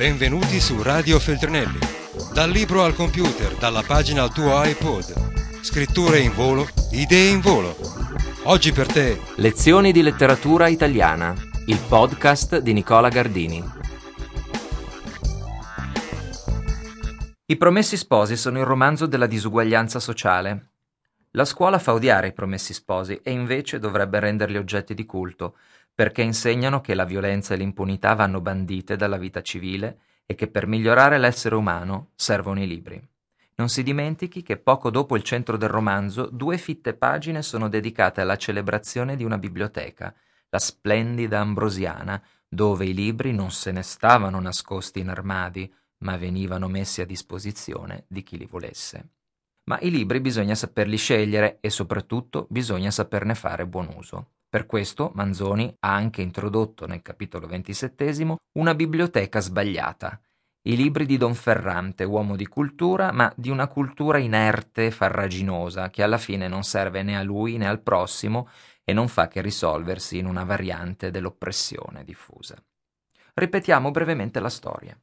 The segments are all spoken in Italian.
Benvenuti su Radio Feltrinelli. Dal libro al computer, dalla pagina al tuo iPod. Scritture in volo, idee in volo. Oggi per te Lezioni di letteratura italiana, il podcast di Nicola Gardini. I Promessi Sposi sono il romanzo della disuguaglianza sociale. La scuola fa odiare i Promessi Sposi e invece dovrebbe renderli oggetti di culto, perché insegnano che la violenza e l'impunità vanno bandite dalla vita civile e che per migliorare l'essere umano servono i libri. Non si dimentichi che poco dopo il centro del romanzo 2 fitte pagine sono dedicate alla celebrazione di una biblioteca, la splendida Ambrosiana, dove i libri non se ne stavano nascosti in armadi, ma venivano messi a disposizione di chi li volesse. Ma i libri bisogna saperli scegliere e soprattutto bisogna saperne fare buon uso. Per questo Manzoni ha anche introdotto nel capitolo 27 una biblioteca sbagliata. I libri di Don Ferrante, uomo di cultura, ma di una cultura inerte e farraginosa, che alla fine non serve né a lui né al prossimo e non fa che risolversi in una variante dell'oppressione diffusa. Ripetiamo brevemente la storia.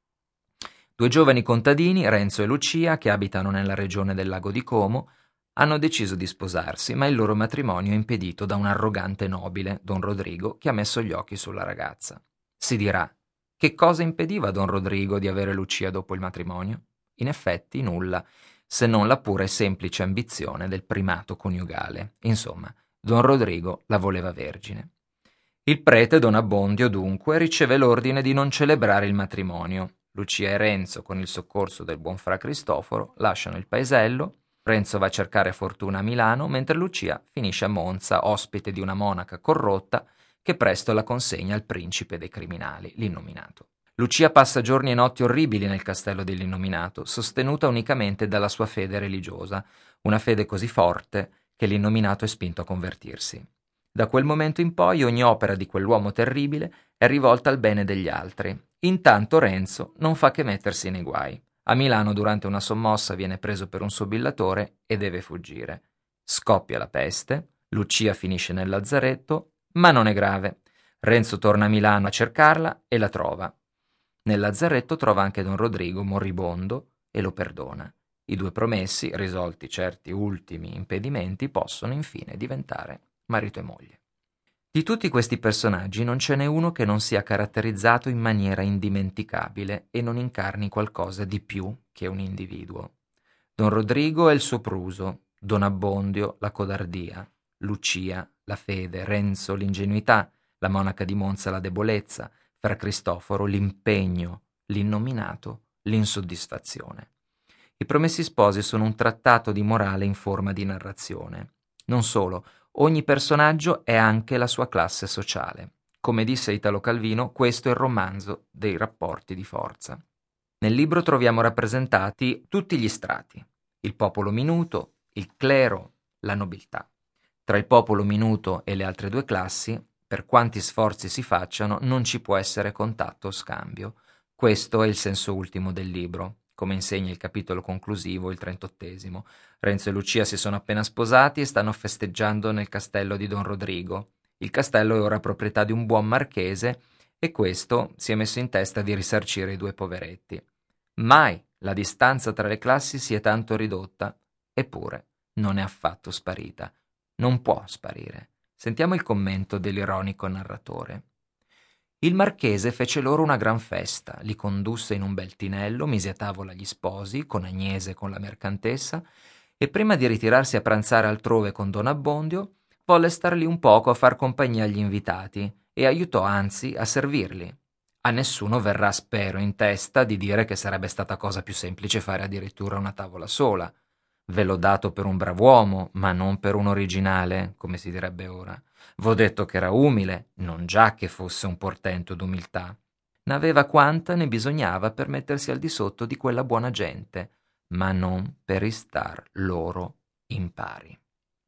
2 giovani contadini, Renzo e Lucia, che abitano nella regione del lago di Como, hanno deciso di sposarsi, ma il loro matrimonio è impedito da un arrogante nobile, Don Rodrigo, che ha messo gli occhi sulla ragazza. Si dirà, che cosa impediva a Don Rodrigo di avere Lucia dopo il matrimonio? In effetti nulla, se non la pura e semplice ambizione del primato coniugale. Insomma, Don Rodrigo la voleva vergine. Il prete Don Abbondio, dunque, riceve l'ordine di non celebrare il matrimonio. Lucia e Renzo, con il soccorso del buon fra Cristoforo, lasciano il paesello. Renzo va a cercare fortuna a Milano, mentre Lucia finisce a Monza, ospite di una monaca corrotta che presto la consegna al principe dei criminali, l'Innominato. Lucia passa giorni e notti orribili nel castello dell'Innominato, sostenuta unicamente dalla sua fede religiosa, una fede così forte che l'Innominato è spinto a convertirsi. Da quel momento in poi ogni opera di quell'uomo terribile è rivolta al bene degli altri. Intanto Renzo non fa che mettersi nei guai. A Milano durante una sommossa viene preso per un sobillatore e deve fuggire. Scoppia la peste, Lucia finisce nel lazzaretto, ma non è grave. Renzo torna a Milano a cercarla e la trova. Nel lazzaretto trova anche Don Rodrigo moribondo e lo perdona. I 2 promessi, risolti certi ultimi impedimenti, possono infine diventare marito e moglie. Di tutti questi personaggi non ce n'è uno che non sia caratterizzato in maniera indimenticabile e non incarni qualcosa di più che un individuo. Don Rodrigo è il sopruso, Don Abbondio la codardia, Lucia la fede, Renzo l'ingenuità, la monaca di Monza la debolezza, Fra Cristoforo l'impegno, l'Innominato l'insoddisfazione. I Promessi Sposi sono un trattato di morale in forma di narrazione. Non solo, ogni personaggio è anche la sua classe sociale. Come disse Italo Calvino, questo è il romanzo dei rapporti di forza. Nel libro troviamo rappresentati tutti gli strati, il popolo minuto, il clero, la nobiltà. Tra il popolo minuto e le altre 2 classi, per quanti sforzi si facciano, non ci può essere contatto o scambio. Questo è il senso ultimo del libro, come insegna il capitolo conclusivo, il 38. Renzo e Lucia si sono appena sposati e stanno festeggiando nel castello di Don Rodrigo. Il castello è ora proprietà di un buon marchese e questo si è messo in testa di risarcire i 2 poveretti. Mai la distanza tra le classi si è tanto ridotta, eppure non è affatto sparita. Non può sparire. Sentiamo il commento dell'ironico narratore. Il marchese fece loro una gran festa, li condusse in un bel tinello, mise a tavola gli sposi, con Agnese e con la mercantessa, e prima di ritirarsi a pranzare altrove con Don Abbondio, volle star lì un poco a far compagnia agli invitati e aiutò anzi a servirli. A nessuno verrà, spero, in testa di dire che sarebbe stata cosa più semplice fare addirittura una tavola sola. Ve l'ho dato per un brav'uomo, ma non per un originale, come si direbbe ora. V'ho detto che era umile, non già che fosse un portento d'umiltà. N'aveva quanta ne bisognava per mettersi al di sotto di quella buona gente, ma non per istar loro in pari.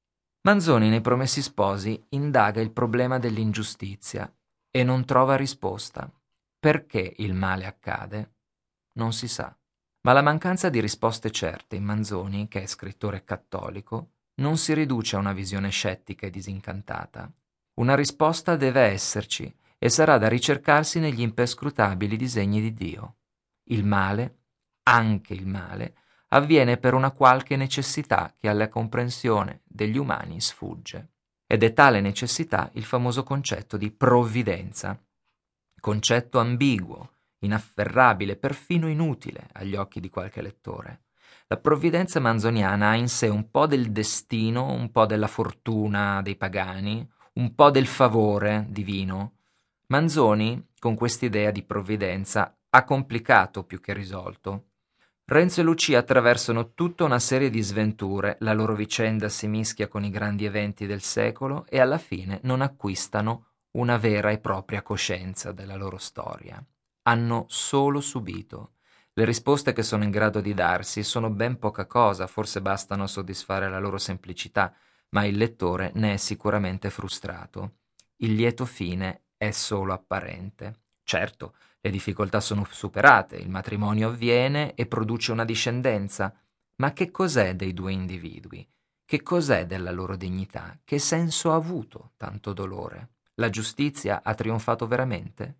Manzoni nei Promessi Sposi indaga il problema dell'ingiustizia e non trova risposta. Perché il male accade? Non si sa. Ma la mancanza di risposte certe in Manzoni, che è scrittore cattolico, non si riduce a una visione scettica e disincantata. Una risposta deve esserci, e sarà da ricercarsi negli imperscrutabili disegni di Dio. Il male, anche il male, avviene per una qualche necessità che alla comprensione degli umani sfugge. Ed è tale necessità il famoso concetto di provvidenza, concetto ambiguo, inafferrabile, perfino inutile agli occhi di qualche lettore. La provvidenza manzoniana ha in sé un po' del destino, un po' della fortuna dei pagani, un po' del favore divino. Manzoni, con quest'idea di provvidenza, ha complicato più che risolto. Renzo e Lucia attraversano tutta una serie di sventure, la loro vicenda si mischia con i grandi eventi del secolo e alla fine non acquistano una vera e propria coscienza della loro storia. Hanno solo subito. Le risposte che sono in grado di darsi sono ben poca cosa, forse bastano a soddisfare la loro semplicità, ma il lettore ne è sicuramente frustrato. Il lieto fine è solo apparente. Certo, le difficoltà sono superate, il matrimonio avviene e produce una discendenza, ma che cos'è dei due individui? Che cos'è della loro dignità? Che senso ha avuto tanto dolore? La giustizia ha trionfato veramente?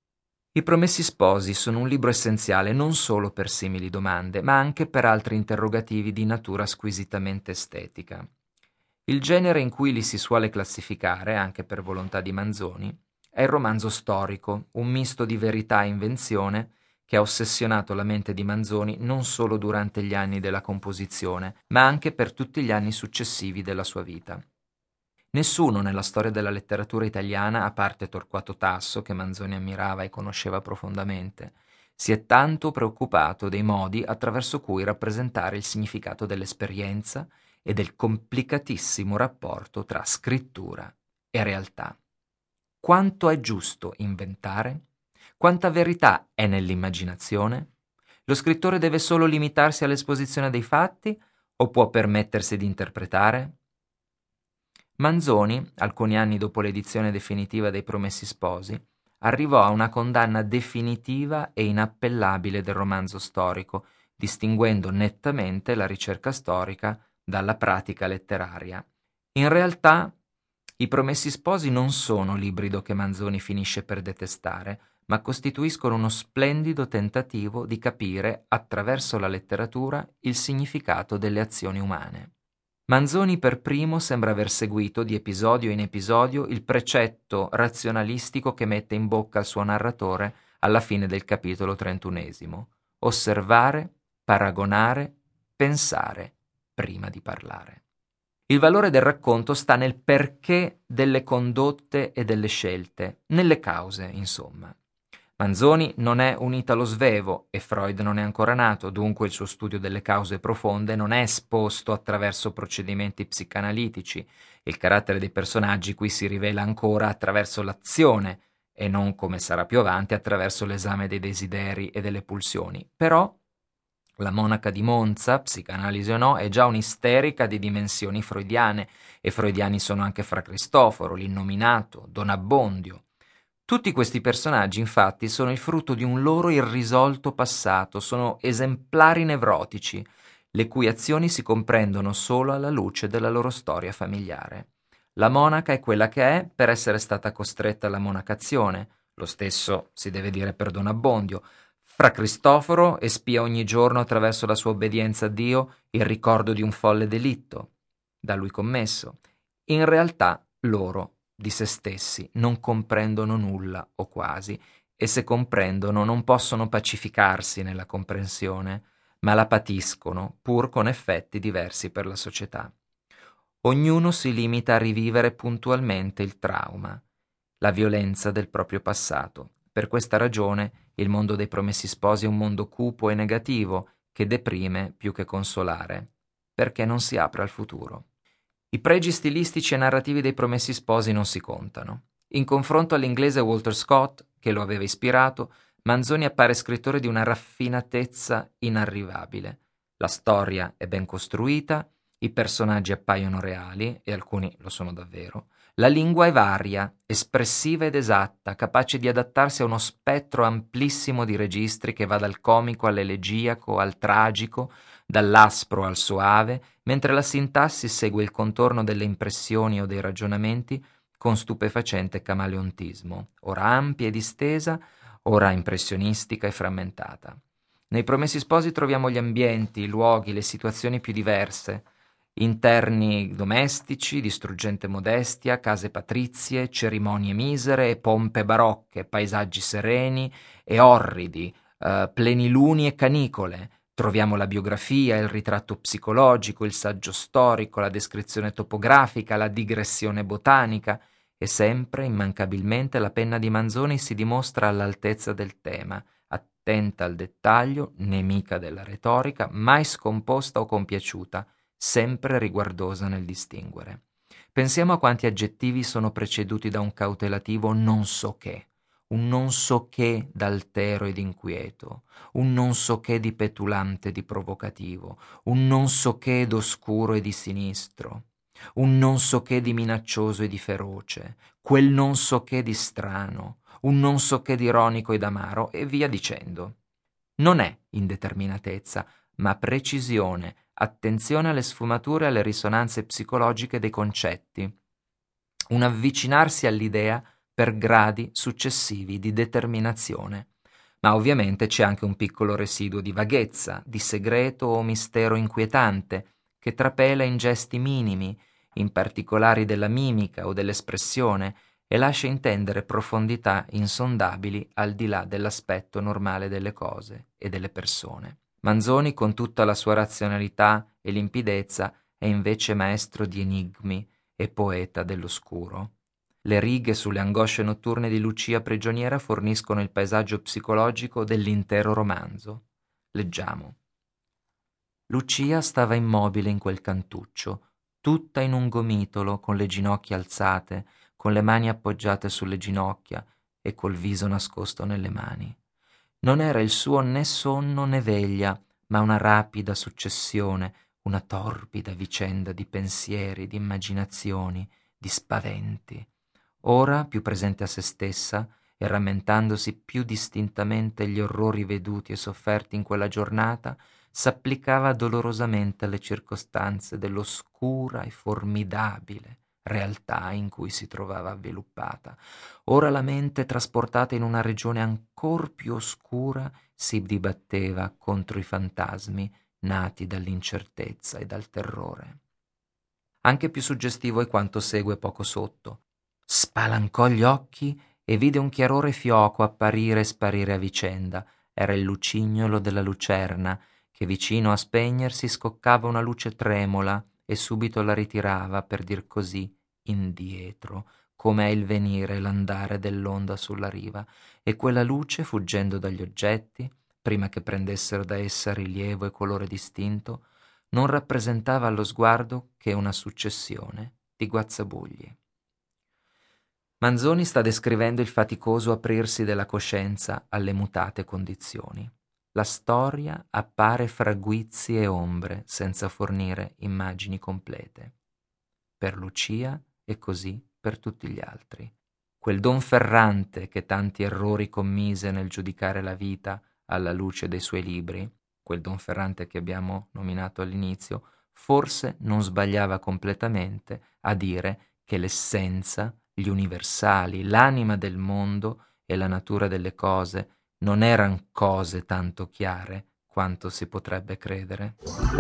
I Promessi Sposi sono un libro essenziale non solo per simili domande, ma anche per altri interrogativi di natura squisitamente estetica. Il genere in cui li si suole classificare, anche per volontà di Manzoni, è il romanzo storico, un misto di verità e invenzione che ha ossessionato la mente di Manzoni non solo durante gli anni della composizione, ma anche per tutti gli anni successivi della sua vita. Nessuno nella storia della letteratura italiana, a parte Torquato Tasso, che Manzoni ammirava e conosceva profondamente, si è tanto preoccupato dei modi attraverso cui rappresentare il significato dell'esperienza e del complicatissimo rapporto tra scrittura e realtà. Quanto è giusto inventare? Quanta verità è nell'immaginazione? Lo scrittore deve solo limitarsi all'esposizione dei fatti o può permettersi di interpretare? Manzoni, alcuni anni dopo l'edizione definitiva dei Promessi Sposi, arrivò a una condanna definitiva e inappellabile del romanzo storico, distinguendo nettamente la ricerca storica dalla pratica letteraria. In realtà, I Promessi Sposi non sono l'ibrido che Manzoni finisce per detestare, ma costituiscono uno splendido tentativo di capire, attraverso la letteratura, il significato delle azioni umane. Manzoni per primo sembra aver seguito di episodio in episodio il precetto razionalistico che mette in bocca al suo narratore alla fine del capitolo 31: osservare, paragonare, pensare prima di parlare. Il valore del racconto sta nel perché delle condotte e delle scelte, nelle cause, insomma. Manzoni non è un italo svevo e Freud non è ancora nato, dunque il suo studio delle cause profonde non è esposto attraverso procedimenti psicanalitici. Il carattere dei personaggi qui si rivela ancora attraverso l'azione e non, come sarà più avanti, attraverso l'esame dei desideri e delle pulsioni. Però la monaca di Monza, psicanalisi o no, è già un'isterica di dimensioni freudiane, e freudiani sono anche Fra Cristoforo, l'Innominato, Don Abbondio. Tutti questi personaggi, infatti, sono il frutto di un loro irrisolto passato, sono esemplari nevrotici, le cui azioni si comprendono solo alla luce della loro storia familiare. La monaca è quella che è per essere stata costretta alla monacazione, lo stesso si deve dire per Don Abbondio. Fra Cristoforo espia ogni giorno attraverso la sua obbedienza a Dio il ricordo di un folle delitto, da lui commesso. In realtà loro, di se stessi, non comprendono nulla o quasi, e se comprendono non possono pacificarsi nella comprensione, ma la patiscono, pur con effetti diversi per la società. Ognuno si limita a rivivere puntualmente il trauma, la violenza del proprio passato. Per questa ragione il mondo dei Promessi Sposi è un mondo cupo e negativo, che deprime più che consolare, perché non si apre al futuro. I pregi stilistici e narrativi dei Promessi Sposi non si contano. In confronto all'inglese Walter Scott, che lo aveva ispirato, Manzoni appare scrittore di una raffinatezza inarrivabile. La storia è ben costruita, i personaggi appaiono reali, e alcuni lo sono davvero. La lingua è varia, espressiva ed esatta, capace di adattarsi a uno spettro amplissimo di registri che va dal comico all'elegiaco, al tragico, dall'aspro al soave, mentre la sintassi segue il contorno delle impressioni o dei ragionamenti con stupefacente camaleontismo, ora ampia e distesa, ora impressionistica e frammentata. Nei Promessi Sposi troviamo gli ambienti, i luoghi, le situazioni più diverse, interni domestici, di struggente modestia, case patrizie, cerimonie misere e pompe barocche, paesaggi sereni e orridi, pleniluni e canicole. Troviamo la biografia, il ritratto psicologico, il saggio storico, la descrizione topografica, la digressione botanica, e sempre, immancabilmente, la penna di Manzoni si dimostra all'altezza del tema, attenta al dettaglio, nemica della retorica, mai scomposta o compiaciuta, sempre riguardosa nel distinguere. Pensiamo a quanti aggettivi sono preceduti da un cautelativo non so che, un non so che d'altero ed inquieto, un non so che di petulante e di provocativo, un non so che d'oscuro e di sinistro, un non so che di minaccioso e di feroce, quel non so che di strano, un non so che di ironico ed amaro, e via dicendo. Non è indeterminatezza, ma precisione, attenzione alle sfumature e alle risonanze psicologiche dei concetti, un avvicinarsi all'idea per gradi successivi di determinazione. Ma ovviamente c'è anche un piccolo residuo di vaghezza, di segreto o mistero inquietante, che trapela in gesti minimi, in particolari della mimica o dell'espressione, e lascia intendere profondità insondabili al di là dell'aspetto normale delle cose e delle persone. Manzoni, con tutta la sua razionalità e limpidezza, è invece maestro di enigmi e poeta dell'oscuro. Le righe sulle angosce notturne di Lucia prigioniera forniscono il paesaggio psicologico dell'intero romanzo. Leggiamo. Lucia stava immobile in quel cantuccio, tutta in un gomitolo, con le ginocchia alzate, con le mani appoggiate sulle ginocchia e col viso nascosto nelle mani. Non era il suo né sonno né veglia, ma una rapida successione, una torbida vicenda di pensieri, di immaginazioni, di spaventi. Ora, più presente a se stessa e rammentandosi più distintamente gli orrori veduti e sofferti in quella giornata, s'applicava dolorosamente alle circostanze dell'oscura e formidabile realtà in cui si trovava avviluppata. Ora la mente, trasportata in una regione ancor più oscura, si dibatteva contro i fantasmi nati dall'incertezza e dal terrore. Anche più suggestivo è quanto segue poco sotto. Spalancò gli occhi e vide un chiarore fioco apparire e sparire a vicenda. Era il lucignolo della lucerna, che vicino a spegnersi scoccava una luce tremola e subito la ritirava, per dir così, indietro, come è il venire e l'andare dell'onda sulla riva, e quella luce, fuggendo dagli oggetti, prima che prendessero da essa rilievo e colore distinto, non rappresentava allo sguardo che una successione di guazzabugli. Manzoni sta descrivendo il faticoso aprirsi della coscienza alle mutate condizioni. La storia appare fra guizzi e ombre, senza fornire immagini complete. Per Lucia e così per tutti gli altri. Quel Donferrante che tanti errori commise nel giudicare la vita alla luce dei suoi libri, quel Donferrante che abbiamo nominato all'inizio, forse non sbagliava completamente a dire che l'essenza, gli universali, l'anima del mondo e la natura delle cose non eran cose tanto chiare quanto si potrebbe credere.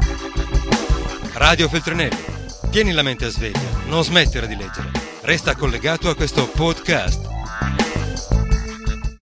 Radio Feltrinelli, tieni la mente a sveglia, non smettere di leggere. Resta collegato a questo podcast.